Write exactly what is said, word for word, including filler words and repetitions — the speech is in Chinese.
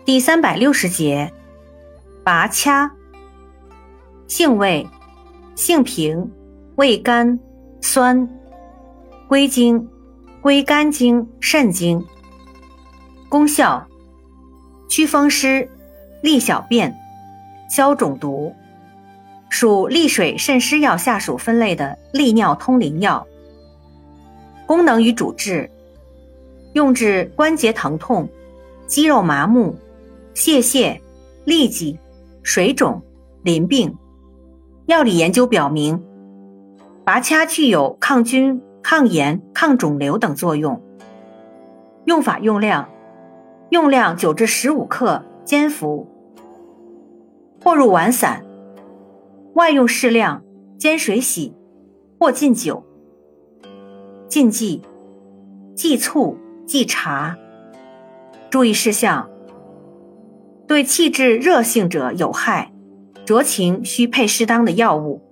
第三百六十节，拔掐。性味：性平，味甘，酸，归经：归肝经、肾经。功效：祛风湿，利小便，消肿毒，属利水渗湿药下属分类的利尿通淋药。功能与主治：用治关节疼痛、肌肉麻木、泄泻、痢疾、水肿、淋病。药理研究表明，拔掐具有抗菌、抗炎、抗肿瘤等作用。用法用量：用量九至十五克，煎服，或入丸散，外用适量，煎水洗，或浸酒。禁忌：忌醋、忌茶。注意事项：对气滞热性者有害，酌情需配适当的药物。